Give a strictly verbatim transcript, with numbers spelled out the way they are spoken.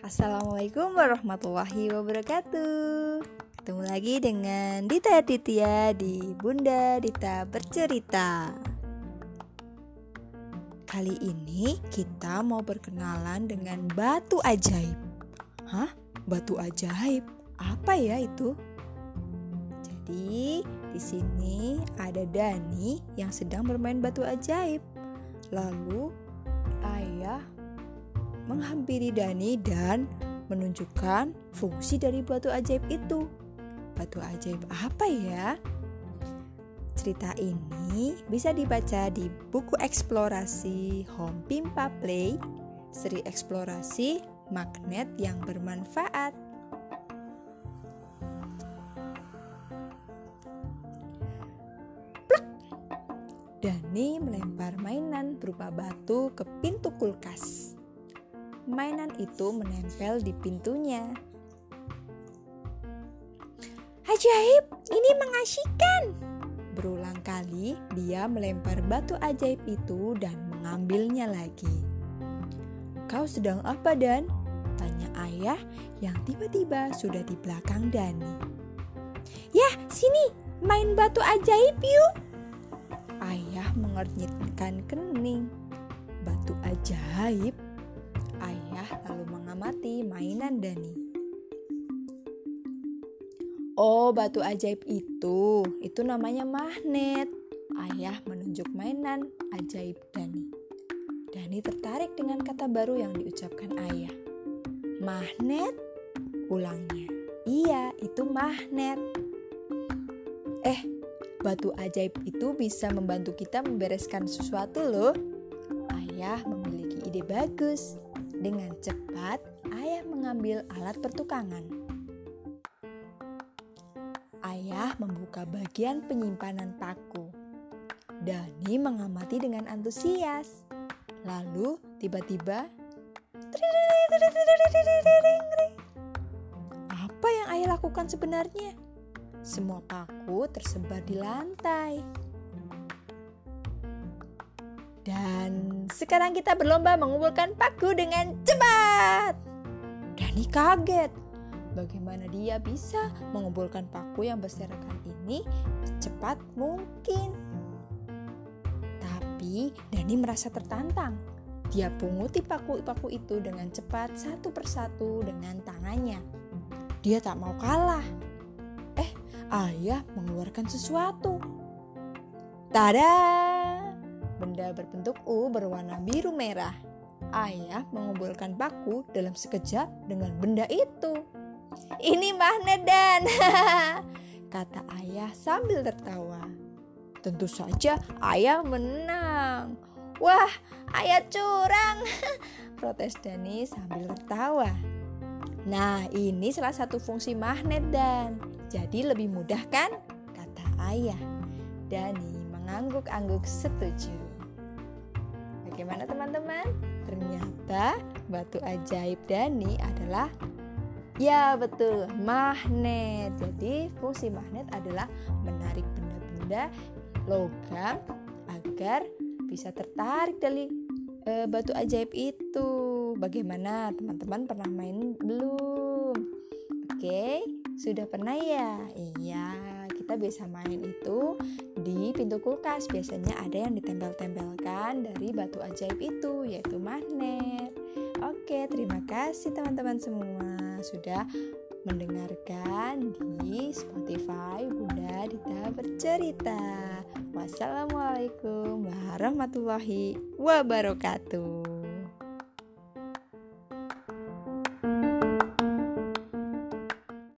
Assalamualaikum warahmatullahi wabarakatuh. Ketemu lagi dengan Dita Aditya di Bunda Dita Bercerita. Kali ini kita mau berkenalan dengan batu ajaib. Hah? Batu ajaib? Apa ya itu? Jadi di sini ada Dani yang sedang bermain batu ajaib. Lalu ayah menghampiri Dani dan menunjukkan fungsi dari batu ajaib itu. Batu ajaib apa ya? Cerita ini bisa dibaca di buku eksplorasi Home Pimpa Play, seri eksplorasi magnet yang bermanfaat. Plak! Dani melempar mainan berupa batu ke pintu kulkas. Mainan itu menempel di pintunya. Ajaib, ini mengasihkan. Berulang kali dia melempar batu ajaib itu dan mengambilnya lagi. Kau sedang apa, Dan? Tanya ayah yang tiba-tiba sudah di belakang Dani. Ya, sini, main batu ajaib yuk. Ayah mengernyitkan kening. Batu ajaib? Ayah lalu mengamati mainan Dani. Oh, batu ajaib itu, itu namanya magnet. Ayah menunjuk mainan ajaib Dani. Dani tertarik dengan kata baru yang diucapkan ayah. Magnet? Ulangnya. Iya, itu magnet. Eh, batu ajaib itu bisa membantu kita membereskan sesuatu loh. Ayah memiliki ide bagus. Dengan cepat, ayah mengambil alat pertukangan. Ayah membuka bagian penyimpanan paku. Dani mengamati dengan antusias. Lalu tiba-tiba, apa yang ayah lakukan sebenarnya? Semua paku tersebar di lantai. Dan sekarang kita berlomba mengumpulkan paku dengan cepat. Dani kaget. Bagaimana dia bisa mengumpulkan paku yang berserakan ini secepat mungkin. Tapi Dani merasa tertantang. Dia punguti paku-paku itu dengan cepat satu persatu dengan tangannya. Dia tak mau kalah. Eh, ayah mengeluarkan sesuatu. Tada! Benda berbentuk U berwarna biru merah. Ayah mengumpulkan paku dalam sekejap dengan benda itu. Ini magnet, Dan, kata ayah sambil tertawa. Tentu saja ayah menang. Wah, ayah curang, protes Dani sambil tertawa. Nah, ini salah satu fungsi magnet, Dan. Jadi lebih mudah kan? Kata ayah. Dani mengangguk-angguk setuju. Bagaimana teman-teman? Ternyata batu ajaib Dani adalah, ya betul, magnet. Jadi fungsi magnet adalah menarik benda-benda logam agar bisa tertarik dari e, batu ajaib itu. Bagaimana teman-teman, pernah main belum? Oke, sudah pernah ya? Iya, kita bisa main itu di pintu kulkas. Biasanya ada yang ditempel-tempelkan dari batu ajaib itu, yaitu magnet. Oke, terima kasih teman-teman semua sudah mendengarkan di Spotify Bunda Dita Bercerita. Wassalamualaikum warahmatullahi wabarakatuh.